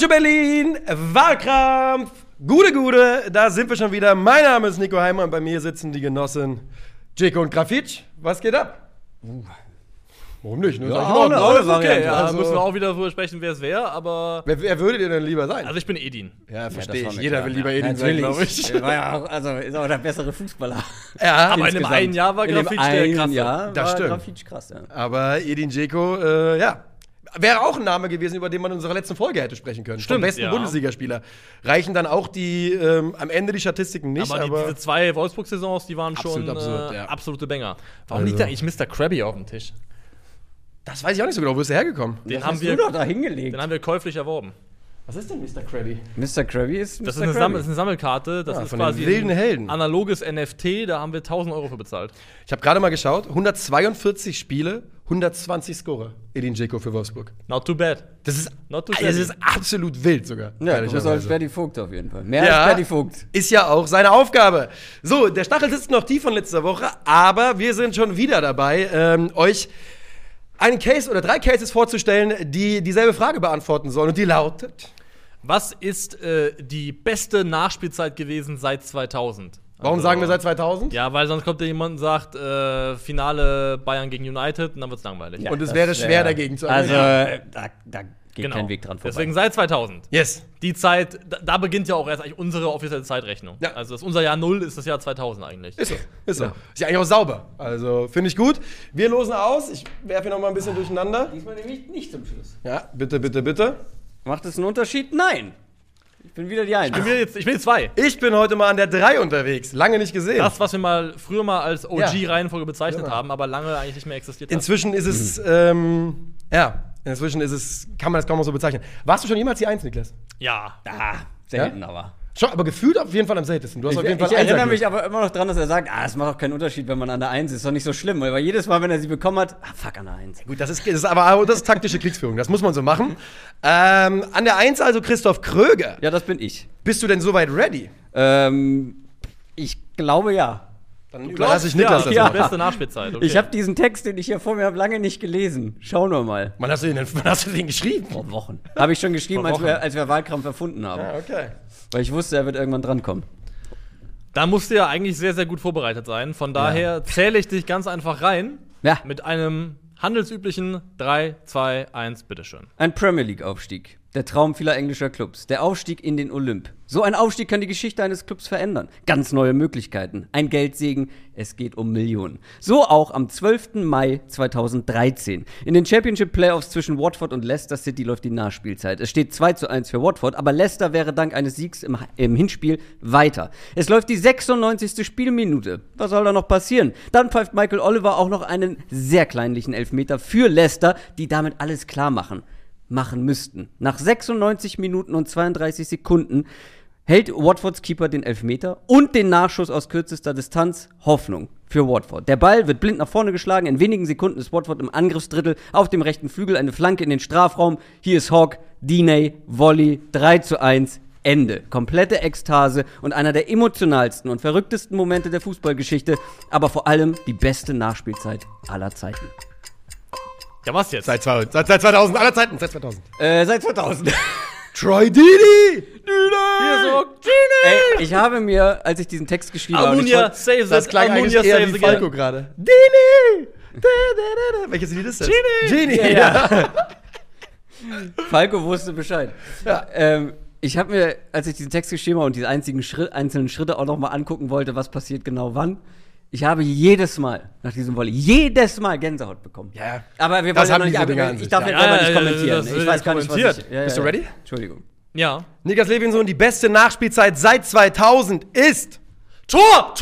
Calcio Berlin, Wahlkampf, Gude, da sind wir schon wieder. Mein Name ist Nico Heimer und bei mir sitzen die Genossen Dzeko und Grafitsch. Was geht ab? Warum nicht? Ne? Okay. Also, müssen wir auch wieder darüber sprechen, wer es wäre, aber... Wer würdet ihr denn lieber sein? Also ich bin Edin. Ja, verstehe ich. Jeder will lieber Edin sein, glaube ich. War ja auch, also ist auch der bessere Fußballer. Ja, aber in dem einen Jahr war Grafitsch der krasse. Das stimmt. Grafitsch krass, ja. Aber Edin Dzeko, ja. Wäre auch ein Name gewesen, über den man in unserer letzten Folge hätte sprechen können. Stimmt, vom besten Bundesligaspieler. Reichen dann auch die am Ende die Statistiken nicht. Aber diese 2 Wolfsburg-Saisons, die waren schon absurd, absolute Banger. Warum liegt da eigentlich Mr. Krabby auf dem Tisch? Das weiß ich auch nicht so genau. Wo ist er hergekommen? Den haben wir doch da hingelegt. Den haben wir käuflich erworben. Was ist denn Mr. Krabby? Mr. Krabby ist Mr. Das ist eine Sammelkarte. Das ist von quasi den wilden Helden. Ein analoges NFT. Da haben wir 1.000 Euro für bezahlt. Ich habe gerade mal geschaut. 142 Spiele, 120 Scorer. Edin Dzeko für Wolfsburg. Not too bad. Das ist absolut wild sogar. Ja, das ist als Berti Vogt auf jeden Fall. Mehr als Berti Vogt. Ist ja auch seine Aufgabe. So, der Stachel sitzt noch tief von letzter Woche, aber wir sind schon wieder dabei, euch einen Case oder 3 Cases vorzustellen, die dieselbe Frage beantworten sollen. Und die lautet: Was ist die beste Nachspielzeit gewesen seit 2000? Warum sagen wir seit 2000? Ja, weil sonst kommt ja jemand und sagt, Finale Bayern gegen United, und dann wird's langweilig. Ja, und es wäre schwer dagegen zu Also, da geht kein Weg dran vorbei. Deswegen seit 2000. Yes. Die Zeit, da beginnt ja auch erst eigentlich unsere offizielle Zeitrechnung. Ja. Also unser Jahr 0 ist das Jahr 2000 eigentlich. Ist so. Ist ja eigentlich auch sauber. Also finde ich gut. Wir losen aus. Ich werfe hier noch mal ein bisschen durcheinander. Diesmal nämlich nicht zum Schluss. Ja, bitte. Macht es einen Unterschied? Nein. Ich bin wieder die 1. Ich bin 2. Ich bin heute mal an der 3 unterwegs. Lange nicht gesehen. Das, was wir früher mal als OG-Reihenfolge bezeichnet haben, aber lange eigentlich nicht mehr existiert hat. Inzwischen ist es, kann man das kaum noch so bezeichnen. Warst du schon jemals die 1, Niklas? Ja. Selten aber. Schon, aber gefühlt auf jeden Fall am seltensten. Du hast auf jeden Fall ich erinnere mich aber immer noch dran, dass er sagt, es macht auch keinen Unterschied, wenn man an der 1 ist. Ist doch nicht so schlimm. Weil jedes Mal, wenn er sie bekommen hat, fuck, an der 1. Gut, das ist taktische Kriegsführung. Das muss man so machen. An der 1 also Christoph Kröger. Ja, das bin ich. Bist du denn soweit ready? Ich glaube, ja. Dann überlasse ich Niklas das. Das ist die beste Nachspielzeit. Okay. Ich habe diesen Text, den ich hier vor mir habe, lange nicht gelesen. Schauen wir mal. Wann hast du den geschrieben? Vor Wochen. Habe ich schon geschrieben, als wir Wahlkampf erfunden haben. Ja, okay. Weil ich wusste, er wird irgendwann drankommen. Da musst du ja eigentlich sehr, sehr gut vorbereitet sein. Von daher zähle ich dich ganz einfach rein. Ja. Mit einem handelsüblichen 3, 2, 1, bitteschön. Ein Premier League-Aufstieg. Der Traum vieler englischer Clubs. Der Aufstieg in den Olymp. So ein Aufstieg kann die Geschichte eines Clubs verändern. Ganz neue Möglichkeiten. Ein Geldsegen. Es geht um Millionen. So auch am 12. Mai 2013. In den Championship-Playoffs zwischen Watford und Leicester City läuft die Nachspielzeit. Es steht 2:1 für Watford, aber Leicester wäre dank eines Siegs im Hinspiel weiter. Es läuft die 96. Spielminute. Was soll da noch passieren? Dann pfeift Michael Oliver auch noch einen sehr kleinlichen Elfmeter für Leicester, die damit alles klar machen müssten. Nach 96 Minuten und 32 Sekunden hält Watfords Keeper den Elfmeter und den Nachschuss aus kürzester Distanz. Hoffnung für Watford. Der Ball wird blind nach vorne geschlagen. In wenigen Sekunden ist Watford im Angriffsdrittel auf dem rechten Flügel. Eine Flanke in den Strafraum. Hier ist Hawk, Diney, Volley, 3:1. Ende. Komplette Ekstase und einer der emotionalsten und verrücktesten Momente der Fußballgeschichte, aber vor allem die beste Nachspielzeit aller Zeiten. Ja, was jetzt? Seit 2000, aller Zeiten, seit 2000. Seit 2000. Troy Deeney! Hier so, Ey, ich habe mir, als ich diesen Text geschrieben habe, Almunia saves das klang eigentlich eher wie Falco gerade. Deeney! Welches Lied ist das? Genie! Ja. Falco wusste Bescheid. Ja. Ich habe mir, als ich diesen Text geschrieben habe und diese einzelnen Schritte auch noch mal angucken wollte, was passiert genau wann, ich habe jedes Mal nach diesem Volley Gänsehaut bekommen. Ja. Aber wir wollen ja noch nicht ich darf jetzt aber nicht kommentieren. Ich weiß gar nicht, was ich... Bist du ready? Entschuldigung. Ja. Niklas Levinson, die beste Nachspielzeit seit 2000 ist... Tor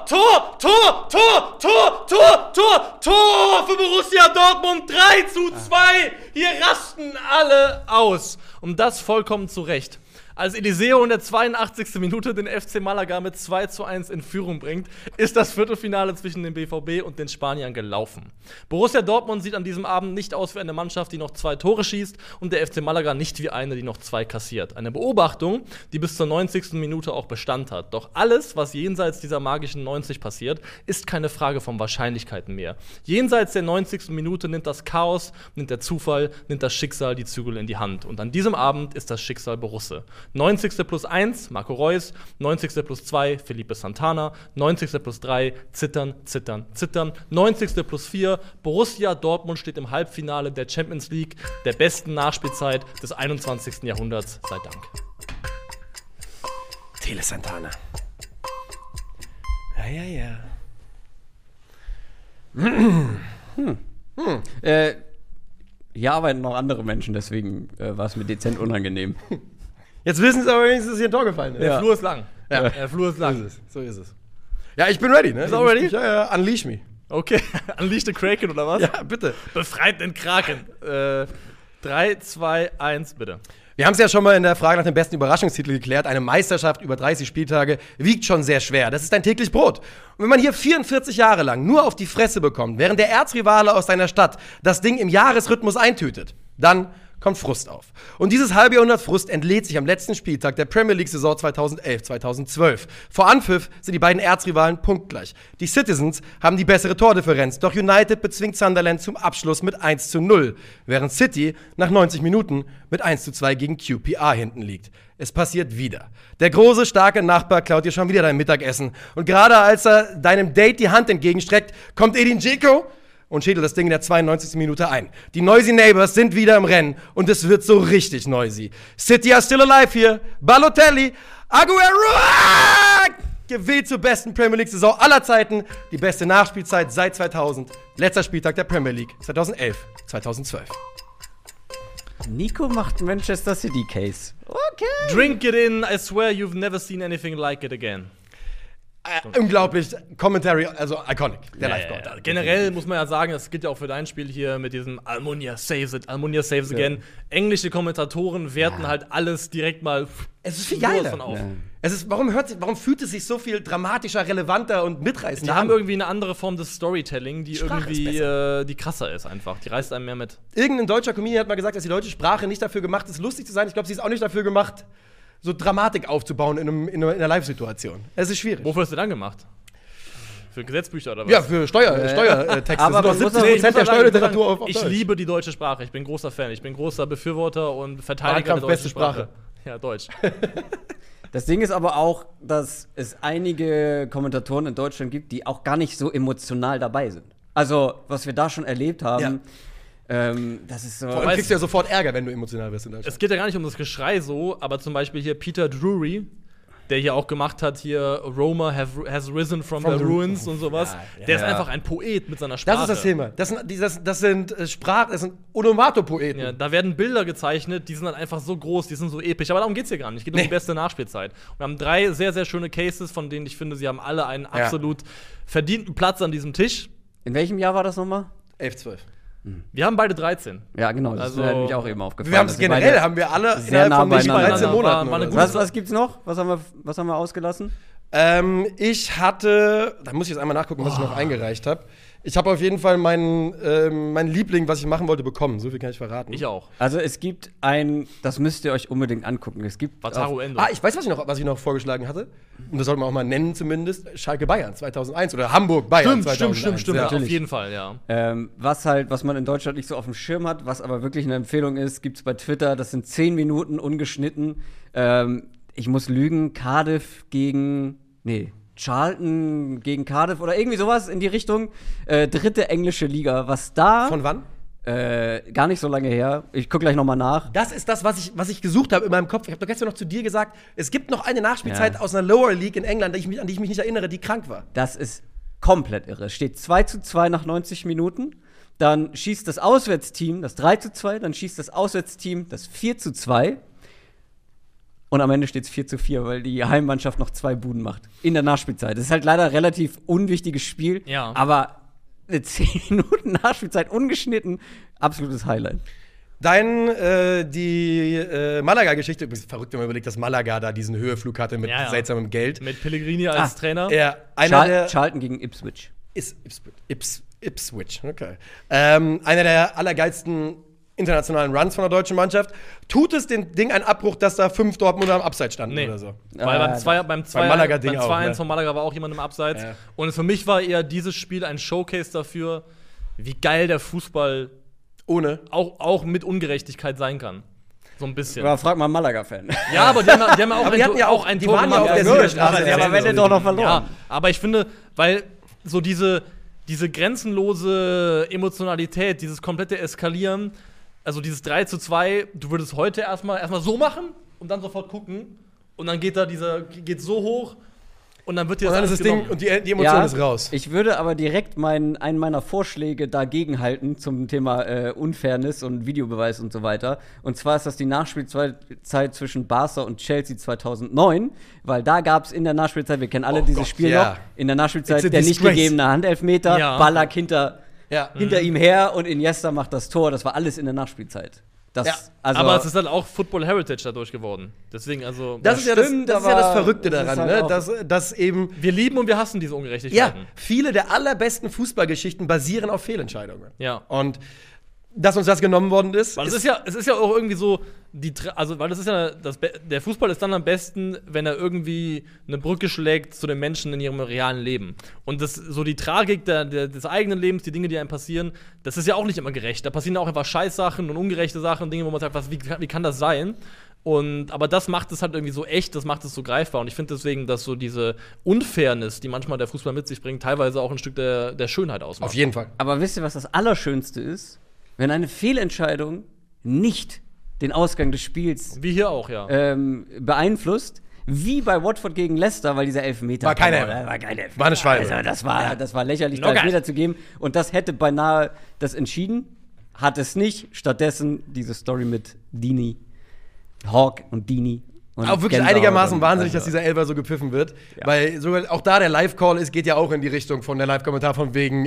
für Borussia Dortmund, 3:2. Hier rasten alle aus. Und das vollkommen zu Recht. Als Eliseo in der 82. Minute den FC Malaga mit 2:1 in Führung bringt, ist das Viertelfinale zwischen dem BVB und den Spaniern gelaufen. Borussia Dortmund sieht an diesem Abend nicht aus wie eine Mannschaft, die noch 2 Tore schießt, und der FC Malaga nicht wie eine, die noch 2 kassiert. Eine Beobachtung, die bis zur 90. Minute auch Bestand hat. Doch alles, was jenseits dieser magischen 90 passiert, ist keine Frage von Wahrscheinlichkeiten mehr. Jenseits der 90. Minute nimmt das Chaos, nimmt der Zufall, nimmt das Schicksal die Zügel in die Hand. Und an diesem Abend ist das Schicksal Borusse. 90. plus 1, Marco Reus. 90. plus 2, Felipe Santana. 90. plus 3, Zittern, Zittern, Zittern. 90. plus 4, Borussia Dortmund steht im Halbfinale der Champions League, der besten Nachspielzeit des 21. Jahrhunderts. Sei Dank. Tele Santana. Ja. Hier arbeiten noch andere Menschen, deswegen war es mir dezent unangenehm. Jetzt wissen sie aber wenigstens, dass hier ein Tor gefallen ist. Der Flur ist lang. Ja. Der Flur ist lang. So ist es. Ja, ich bin ready, ne? Bist du ready? Ja, unleash me. Okay, Unleash the Kraken oder was? Ja, bitte. Befreit den Kraken. 3, 2, 1, bitte. Wir haben es ja schon mal in der Frage nach dem besten Überraschungstitel geklärt. Eine Meisterschaft über 30 Spieltage wiegt schon sehr schwer. Das ist ein täglich Brot. Und wenn man hier 44 Jahre lang nur auf die Fresse bekommt, während der Erzrivale aus seiner Stadt das Ding im Jahresrhythmus eintütet, dann kommt Frust auf. Und dieses halbe Jahrhundert Frust entlädt sich am letzten Spieltag der Premier League-Saison 2011/2012. Vor Anpfiff sind die beiden Erzrivalen punktgleich. Die Citizens haben die bessere Tordifferenz, doch United bezwingt Sunderland zum Abschluss mit 1:0, während City nach 90 Minuten mit 1:2 gegen QPR hinten liegt. Es passiert wieder. Der große, starke Nachbar klaut dir schon wieder dein Mittagessen. Und gerade als er deinem Date die Hand entgegenstreckt, kommt Edin Dzeko und schädelt das Ding in der 92. Minute ein. Die Noisy Neighbors sind wieder im Rennen und es wird so richtig noisy. City are still alive hier. Balotelli, Aguero gewählt zur besten Premier League-Saison aller Zeiten. Die beste Nachspielzeit seit 2000. Letzter Spieltag der Premier League 2011/2012. Nico macht Manchester City Case. Okay. Drink it in, I swear you've never seen anything like it again. Unglaublich, Commentary, also iconic, der Live-Goal. Ja. Generell muss man ja sagen, das gilt ja auch für dein Spiel hier mit diesem Almunia saves it, Almunia saves again. Englische Kommentatoren werten halt alles direkt mal. Es ist viel geiler. Es ist, warum fühlt es sich so viel dramatischer, relevanter und mitreißender an? Die haben irgendwie eine andere Form des Storytelling, die irgendwie die krasser ist einfach. Die reißt einem mehr mit. Irgendein deutscher Comedian hat mal gesagt, dass die deutsche Sprache nicht dafür gemacht ist, lustig zu sein. Ich glaube, sie ist auch nicht dafür gemacht, so Dramatik aufzubauen in einer Live-Situation. Es ist schwierig. Wofür hast du dann gemacht? Für Gesetzbücher oder was? Ja, für Steuertexte. Aber das sind doch 70% der Steuerliteratur auf Ich Deutsch. liebe die deutsche Sprache. Ich bin großer Fan. Ich bin großer Befürworter und Verteidiger der deutschen Sprache. Ja, Deutsch. Das Ding ist aber auch, dass es einige Kommentatoren in Deutschland gibt, die auch gar nicht so emotional dabei sind. Also, was wir da schon erlebt haben, das ist so. Vor allem kriegst du ja sofort Ärger, wenn du emotional wirst in Deutschland. Es geht ja gar nicht um das Geschrei so, aber zum Beispiel hier Peter Drury, der hier auch gemacht hat, hier Roma has risen from the ruins und sowas. Der ist einfach ein Poet mit seiner Sprache. Das ist das Thema. Das sind Onomatopoeten. Ja, da werden Bilder gezeichnet, die sind dann einfach so groß, die sind so episch. Aber darum geht's hier gar nicht. Es geht um die beste Nachspielzeit. Und wir haben 3 sehr, sehr schöne Cases, von denen ich finde, sie haben alle einen absolut verdienten Platz an diesem Tisch. In welchem Jahr war das nochmal? 11, 12. Wir haben beide 13. Ja, genau. Das ist mir auch eben aufgefallen. Wir haben es generell, haben wir alle innerhalb von nicht 13 Monaten. Was gibt's noch? Was haben wir ausgelassen? Ich hatte, da muss ich jetzt einmal nachgucken, was ich noch eingereicht habe. Ich habe auf jeden Fall mein Liebling, was ich machen wollte, bekommen. So viel kann ich verraten. Ich auch. Also es gibt das müsst ihr euch unbedingt angucken. Es gibt Wataru Endo. Ich weiß, was ich noch vorgeschlagen hatte. Und das sollte man auch mal nennen zumindest. Schalke Bayern 2001 oder Hamburg Bayern 2001. Stimmt. Ja, auf jeden Fall, ja. Was man in Deutschland nicht so auf dem Schirm hat, was aber wirklich eine Empfehlung ist, gibt's bei Twitter. Das sind 10 Minuten ungeschnitten. Ich muss lügen, Charlton gegen Cardiff oder irgendwie sowas in die Richtung. 3. englische Liga. Was da? Von wann? Gar nicht so lange her. Ich gucke gleich noch mal nach. Das ist das, was ich gesucht habe in meinem Kopf. Ich habe doch gestern noch zu dir gesagt, es gibt noch eine Nachspielzeit aus einer Lower League in England, an die ich mich nicht erinnere, die krank war. Das ist komplett irre. Es steht 2:2 nach 90 Minuten. Dann schießt das Auswärtsteam das 3:2. Dann schießt das Auswärtsteam das 4:2. Und am Ende steht es 4:4, weil die Heimmannschaft noch 2 Buden macht. In der Nachspielzeit. Das ist halt leider ein relativ unwichtiges Spiel. Ja. Aber eine 10 Minuten Nachspielzeit ungeschnitten, absolutes Highlight. Die Malaga-Geschichte, übrigens verrückt, wenn man überlegt, dass Malaga da diesen Höheflug hatte mit seltsamem Geld. Mit Pellegrini als Trainer. Ja, Charlton gegen Ipswich. Ipswich, okay. Einer der allergeilsten internationalen Runs von der deutschen Mannschaft. Tut es dem Ding einen Abbruch, dass da 5 Dortmunder am Abseits standen oder so? Weil beim 2-1 von Malaga war auch jemand im Abseits. Ja. Und für mich war eher dieses Spiel ein Showcase dafür, wie geil der Fußball auch mit Ungerechtigkeit sein kann. So ein bisschen. Aber frag mal Malaga-Fan. Ja, aber die haben auch ein Tor gemacht. auf der Siegerstraße. Ja, aber wenn der doch noch verloren. Ja, aber ich finde, weil so diese grenzenlose Emotionalität, dieses komplette Eskalieren, also dieses 3:2, du würdest heute erstmal so machen und dann sofort gucken und dann geht so hoch und dann wird dir und dann ist das Ding und die Emotion ist raus. Ich würde aber direkt einen meiner Vorschläge dagegen halten zum Thema Unfairness und Videobeweis und so weiter. Und zwar ist das die Nachspielzeit zwischen Barca und Chelsea 2009, weil da gab es in der Nachspielzeit, wir kennen alle dieses Spiel noch, in der Nachspielzeit der nicht gegebene Handelfmeter, Ballack hinter ihm her und Iniesta macht das Tor. Das war alles in der Nachspielzeit. Aber es ist dann auch Football Heritage dadurch geworden. Deswegen, also. Das ist ja das Verrückte daran, halt ne? Dass eben. Wir lieben und wir hassen diese Ungerechtigkeiten. Ja, viele der allerbesten Fußballgeschichten basieren auf Fehlentscheidungen. Ja. Und dass uns das genommen worden ist. Weil es ist ja auch irgendwie so, weil das ist ja, der Fußball ist dann am besten, wenn er irgendwie eine Brücke schlägt zu den Menschen in ihrem realen Leben. Und so die Tragik des eigenen Lebens, die Dinge, die einem passieren, das ist ja auch nicht immer gerecht. Da passieren auch einfach Scheißsachen und ungerechte Sachen, Dinge, wo man sagt, wie kann das sein? Aber das macht es halt irgendwie so echt, das macht es so greifbar. Und ich finde deswegen, dass so diese Unfairness, die manchmal der Fußball mit sich bringt, teilweise auch ein Stück der Schönheit ausmacht. Auf jeden Fall. Aber wisst ihr, was das Allerschönste ist? Wenn eine Fehlentscheidung nicht den Ausgang des Spiels wie hier auch, beeinflusst, wie bei Watford gegen Leicester, weil dieser Elfmeter war kein Elfmeter. War eine Schwalbe. Also das war lächerlich, da Elfmeter zu geben. Und das hätte beinahe das entschieden, hat es nicht. Stattdessen diese Story mit Dini, Hawk und Dini. Und auch wirklich Gensauer einigermaßen wahnsinnig, dass dieser Elfer so gepfiffen wird. Ja. Weil sogar auch da der Live-Call geht ja auch in die Richtung von der Live-Kommentar von wegen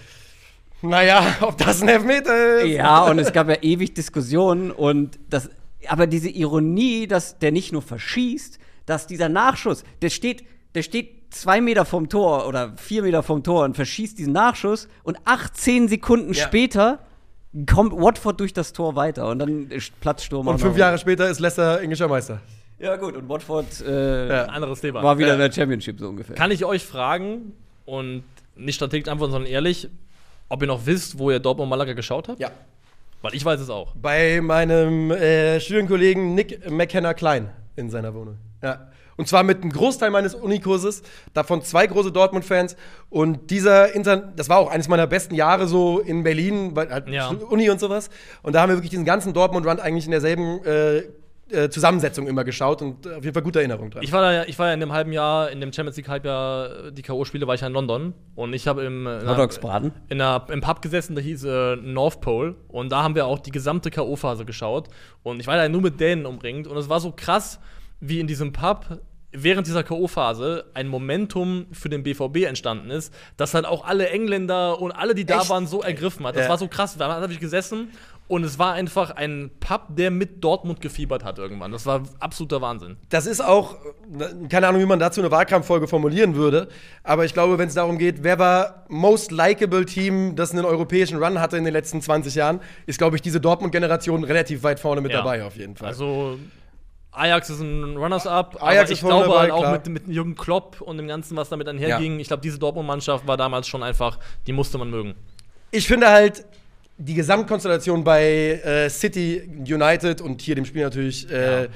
naja, ob das ein Elfmeter ist. Ja, und es gab ja ewig Diskussionen aber diese Ironie, dass der nicht nur verschießt, dass dieser Nachschuss, der steht 2 Meter vom Tor oder 4 Meter vom Tor und verschießt diesen Nachschuss und 18 Sekunden später kommt Watford durch das Tor weiter und dann Platzsturm. Und 5 Jahre später ist Leicester englischer Meister. Ja gut, und Watford anderes Thema. War wieder in der Championship so ungefähr. Kann ich euch fragen und nicht strategisch antworten, sondern ehrlich, ob ihr noch wisst, wo ihr Dortmund Malaga geschaut habt? Ja. Weil ich weiß es auch. Bei meinem Studienkollegen Nick McKenna-Klein in seiner Wohnung. Ja. Und zwar mit einem Großteil meines Unikurses, davon 2 große Dortmund-Fans. Und das war auch eines meiner besten Jahre so in Berlin, bei Uni und sowas. Und da haben wir wirklich diesen ganzen Dortmund-Run eigentlich in derselben Zusammensetzung immer geschaut und auf jeden Fall gute Erinnerung dran. Ich war ja in dem halben Jahr, in dem Champions League Halbjahr, die K.O.-Spiele war ich ja in London und ich habe im Pub gesessen, der hieß North Pole und da haben wir auch die gesamte K.O.-Phase geschaut und ich war da nur mit Dänen umringt und es war so krass, wie in diesem Pub während dieser K.O.-Phase ein Momentum für den BVB entstanden ist, das halt auch alle Engländer und alle, die da waren, so ergriffen hat. Das war so krass, da habe ich gesessen und es war einfach ein Pub, der mit Dortmund gefiebert hat irgendwann. Das war absoluter Wahnsinn. Das ist auch, keine Ahnung, wie man dazu eine Wahlkampffolge formulieren würde, aber ich glaube, wenn es darum geht, wer war most likable Team, das einen europäischen Run hatte in den letzten 20 Jahren, ist, glaube ich, diese Dortmund-Generation relativ weit vorne mit dabei auf jeden Fall. Also Ajax ist ein Runners-up, aber ich glaube halt auch mit Jürgen Klopp und dem Ganzen, was damit einherging. Ich glaube, diese Dortmund-Mannschaft war damals schon einfach, die musste man mögen. Ich finde halt, die Gesamtkonstellation bei City United und hier dem Spiel natürlich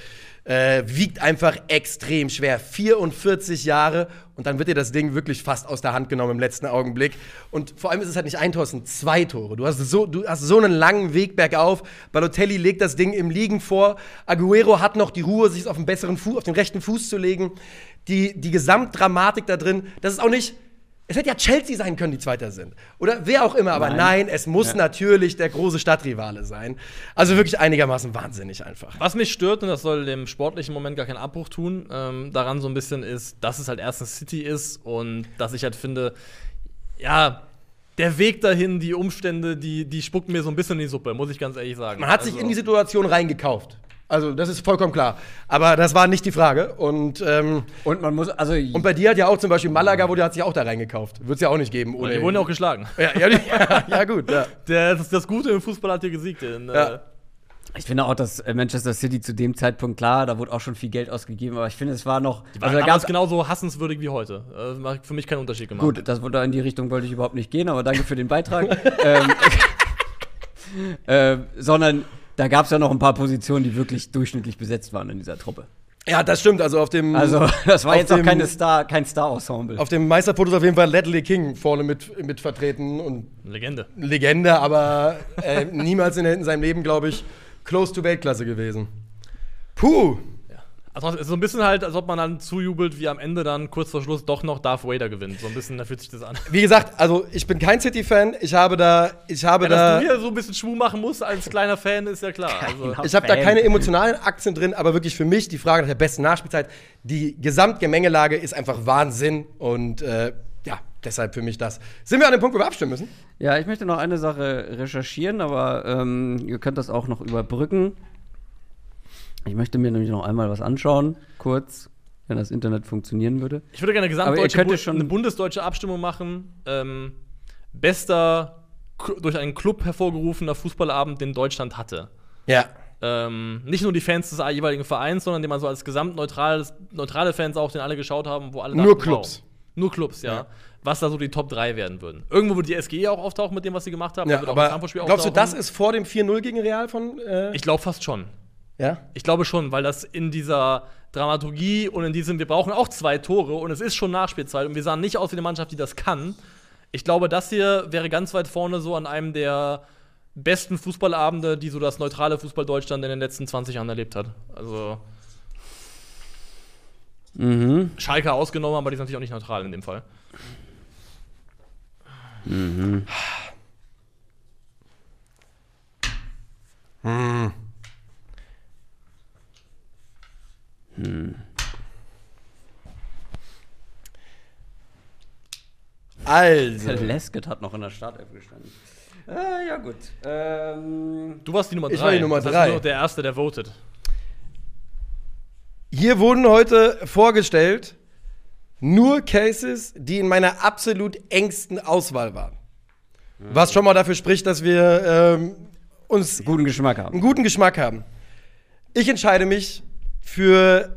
wiegt einfach extrem schwer. 44 Jahre und dann wird dir das Ding wirklich fast aus der Hand genommen im letzten Augenblick. Und vor allem ist es halt nicht ein Tor, es sind 2 Tore. Du hast so einen langen Weg bergauf. Balotelli legt das Ding im Liegen vor. Agüero hat noch die Ruhe, sich auf den rechten Fuß zu legen. Die Gesamtdramatik da drin, das ist auch nicht. Es hätte ja Chelsea sein können, die Zweiter sind. Oder wer auch immer, aber nein es muss natürlich der große Stadtrivale sein. Also wirklich einigermaßen wahnsinnig einfach. Was mich stört, und das soll dem sportlichen Moment gar keinen Abbruch tun, daran so ein bisschen ist, dass es halt erstens City ist und dass ich halt finde, ja, der Weg dahin, die Umstände, die spucken mir so ein bisschen in die Suppe, muss ich ganz ehrlich sagen. Man hat sich in die Situation reingekauft. Also, das ist vollkommen klar. Aber das war nicht die Frage. Und man muss, also. und bei dir hat ja auch zum Beispiel Malaga, hat sich auch da reingekauft. Wird es ja auch nicht geben. Und die wurden ja auch geschlagen. Ja, gut. Ja. Das Gute im Fußball hat hier gesiegt. Ich finde auch, dass Manchester City zu dem Zeitpunkt, klar, da wurde auch schon viel Geld ausgegeben, aber ich finde, es war noch. Also da gab es genauso hassenswürdig wie heute. Macht für mich keinen Unterschied gemacht. Gut, in die Richtung wollte ich überhaupt nicht gehen, aber danke für den Beitrag. Sondern da gab es ja noch ein paar Positionen, die wirklich durchschnittlich besetzt waren in dieser Truppe. Ja, das stimmt. Also das war jetzt auch kein Star-Ensemble. Auf dem Meisterfoto ist auf jeden Fall Ledley King vorne mit vertreten. Und Legende, aber niemals in seinem Leben, glaube ich, close to Weltklasse gewesen. Puh. Ja. Also es ist so ein bisschen halt, als ob man dann zujubelt, wie am Ende dann kurz vor Schluss doch noch Darth Vader gewinnt. So ein bisschen, da fühlt sich das an. Wie gesagt, also ich bin kein City-Fan. Dass du hier so ein bisschen Schmuh machen musst als kleiner Fan, ist ja klar. Also, ich habe da keine emotionalen Aktien drin, aber wirklich für mich die Frage nach der besten Nachspielzeit. Die Gesamtgemengelage ist einfach Wahnsinn und deshalb für mich das. Sind wir an dem Punkt, wo wir abstimmen müssen? Ja, ich möchte noch eine Sache recherchieren, aber ihr könnt das auch noch überbrücken. Ich möchte mir nämlich noch einmal was anschauen, kurz, wenn das Internet funktionieren würde. Ich würde gerne eine bundesdeutsche Abstimmung machen. Bester durch einen Club hervorgerufener Fußballabend, den Deutschland hatte. Ja. Nicht nur die Fans des jeweiligen Vereins, sondern den man so als neutrale Fans auch, den alle geschaut haben, wo alle nur dachten, Clubs. Nur Clubs, ja. Was da so die Top 3 werden würden. Irgendwo wird die SGE auch auftauchen mit dem, was sie gemacht haben. Ja, aber glaubst du, das ist vor dem 4-0 gegen Real von Ich glaube fast schon. Ja? Ich glaube schon, weil das in dieser Dramaturgie und in diesem, wir brauchen auch 2 Tore und es ist schon Nachspielzeit und wir sahen nicht aus wie eine Mannschaft, die das kann. Ich glaube, das hier wäre ganz weit vorne so an einem der besten Fußballabende, die so das neutrale Fußball Deutschland in den letzten 20 Jahren erlebt hat. Also Schalke ausgenommen, aber die sind natürlich auch nicht neutral in dem Fall. Also. Lesket hat noch in der Startelf gestanden. Ja, gut. Du warst die Nummer 3. Ich war die Nummer 3. Das ist nur der Erste, der votet. Hier wurden heute vorgestellt nur Cases, die in meiner absolut engsten Auswahl waren. Was schon mal dafür spricht, dass wir uns einen guten Geschmack haben. Ich entscheide mich für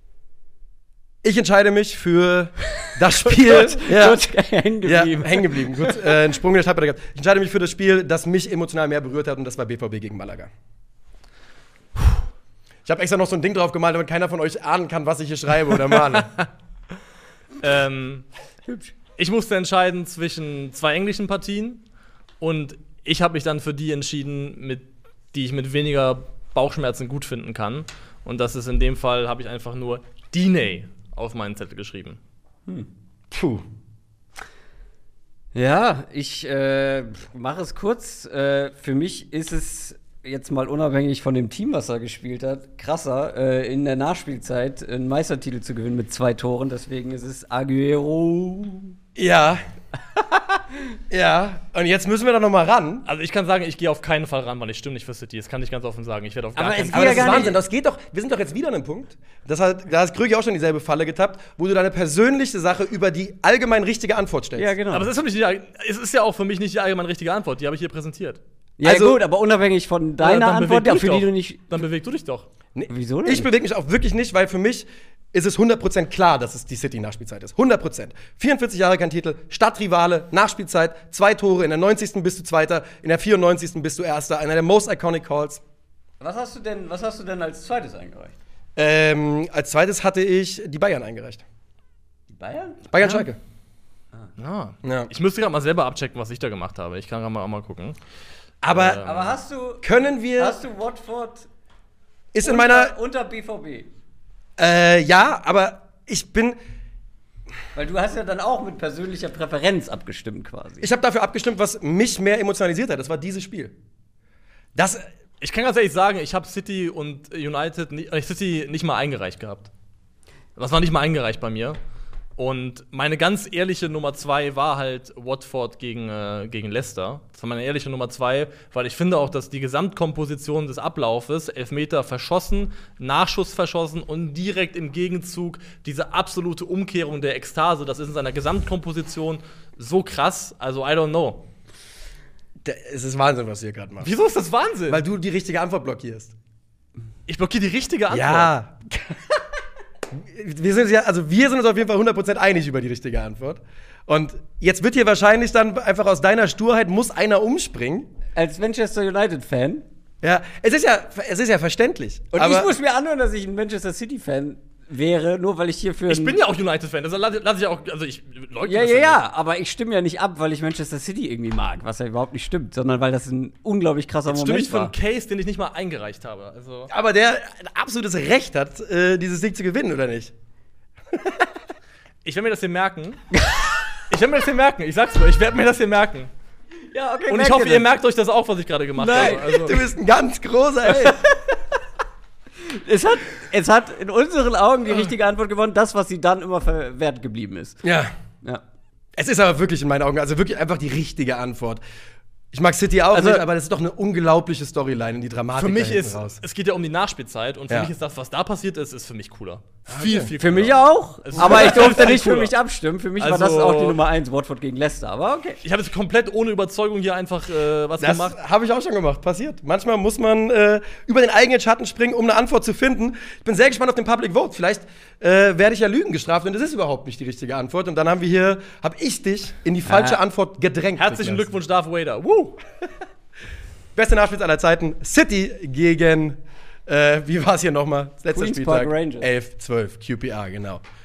das Spiel. Kurz hängen geblieben. Ja, hängen geblieben. Kurz einen Sprung in der Schallplatte gehabt. Ich entscheide mich für das Spiel, das mich emotional mehr berührt hat, und das war BVB gegen Malaga. Ich habe extra noch so ein Ding drauf gemalt, damit keiner von euch ahnen kann, was ich hier schreibe oder male. Hübsch. Ich musste entscheiden zwischen 2 englischen Partien und ich habe mich dann für die entschieden, die ich mit weniger Bauchschmerzen gut finden kann. Und das ist in dem Fall, habe ich einfach nur Diney auf meinen Zettel geschrieben. Puh. Ja, ich mache es kurz. Für mich ist es jetzt mal unabhängig von dem Team, was er gespielt hat, krasser, in der Nachspielzeit einen Meistertitel zu gewinnen mit 2 Toren. Deswegen ist es Agüero. Ja. Ja, und jetzt müssen wir da noch mal ran. Also ich kann sagen, ich gehe auf keinen Fall ran, weil ich stimme nicht für City. Das kann ich ganz offen sagen. Ich werde auf gar keinen Fall. Aber das ist Wahnsinn. Das geht doch. Wir sind doch jetzt wieder an einem Punkt. Da ist Krüger auch schon in dieselbe Falle getappt, wo du deine persönliche Sache über die allgemein richtige Antwort stellst. Ja, genau. Aber es ist ja auch für mich nicht die allgemein richtige Antwort. Die habe ich hier präsentiert. Ja, also, gut, aber unabhängig von deiner Antwort, für die du nicht. Dann beweg du dich doch. Nee, wieso denn? Ich bewege mich auch wirklich nicht, weil für mich ist es 100% klar, dass es die City-Nachspielzeit ist. 100%. 44 Jahre kein Titel, Stadtrivale, Nachspielzeit, 2 Tore, in der 90. bist du Zweiter, in der 94. bist du Erster, einer der most iconic calls. Was hast du denn als zweites eingereicht? Als zweites hatte ich die Bayern eingereicht. Die Bayern? Bayern-Schalke. Ja. Ich müsste gerade mal selber abchecken, was ich da gemacht habe. Ich kann gerade mal gucken. Aber hast du Watford ist in meiner unter BVB? Ja, aber ich bin. Weil du hast ja dann auch mit persönlicher Präferenz abgestimmt quasi. Ich habe dafür abgestimmt, was mich mehr emotionalisiert hat. Das war dieses Spiel. Ich kann ganz ehrlich sagen, ich habe City und City nicht mal eingereicht gehabt. Das war nicht mal eingereicht bei mir. Und meine ganz ehrliche Nummer 2 war halt Watford gegen Leicester. Das war meine ehrliche Nummer 2, weil ich finde auch, dass die Gesamtkomposition des Ablaufes, Elfmeter verschossen, Nachschuss verschossen und direkt im Gegenzug diese absolute Umkehrung der Ekstase, das ist in seiner Gesamtkomposition so krass. Also, I don't know. Es ist Wahnsinn, was du hier gerade machst. Wieso ist das Wahnsinn? Weil du die richtige Antwort blockierst. Ich blockiere die richtige Antwort. Ja. Wir sind uns auf jeden Fall 100% einig über die richtige Antwort. Und jetzt wird hier wahrscheinlich dann einfach aus deiner Sturheit muss einer umspringen. Als Manchester United-Fan. Ja, es ist ja verständlich. Und aber ich muss mir anhören, dass ich ein Manchester City-Fan wäre, nur weil ich hier für Ich bin ja auch United-Fan, das lass ich auch, also ich leugne das Ja, aber ich stimme ja nicht ab, weil ich Manchester City irgendwie mag, was ja überhaupt nicht stimmt, sondern weil das ein unglaublich krasser Jetzt Moment stimme ich für war. einen Case, den ich nicht mal eingereicht habe. Also Aber der ein absolutes Recht hat, dieses Ding zu gewinnen, oder nicht? ich werde mir das hier merken. Ich sag's dir, ich werde mir das hier merken. Ja, okay, Und ich hoffe, ihr merkt euch das auch, was ich gerade gemacht habe. Also. Du bist ein ganz großer Held. Es hat in unseren Augen die richtige Antwort gewonnen, das, was sie dann immer verwehrt geblieben ist. Ja. Ja. Es ist aber wirklich in meinen Augen, also wirklich einfach die richtige Antwort. Ich mag City auch nicht, aber das ist doch eine unglaubliche Storyline in die Dramatik. Für mich da hinten ist, raus. es geht ja um die Nachspielzeit und für Ja. mich ist das, was da passiert ist für mich cooler. Viel cooler. Für mich auch, Es ist aber ich durfte viel nicht für cooler. mich abstimmen. Für mich war Also- das auch die Nummer 1, Watford gegen Leicester, aber okay. Ich habe jetzt komplett ohne Überzeugung hier einfach was Das gemacht. habe ich auch schon gemacht, passiert. Manchmal muss man über den eigenen Schatten springen, um eine Antwort zu finden. Ich bin sehr gespannt auf den Public Vote. Vielleicht werde ich ja Lügen gestraft und das ist überhaupt nicht die richtige Antwort. Und dann habe ich dich in die falsche Antwort gedrängt. Herzlichen Niklas. Glückwunsch, Darth Vader. Woo! Beste Nachspiel aller Zeiten. City gegen, wie war es hier nochmal? Letzter Queen's Spieltag. Park Rangers. 11-12, QPR, genau.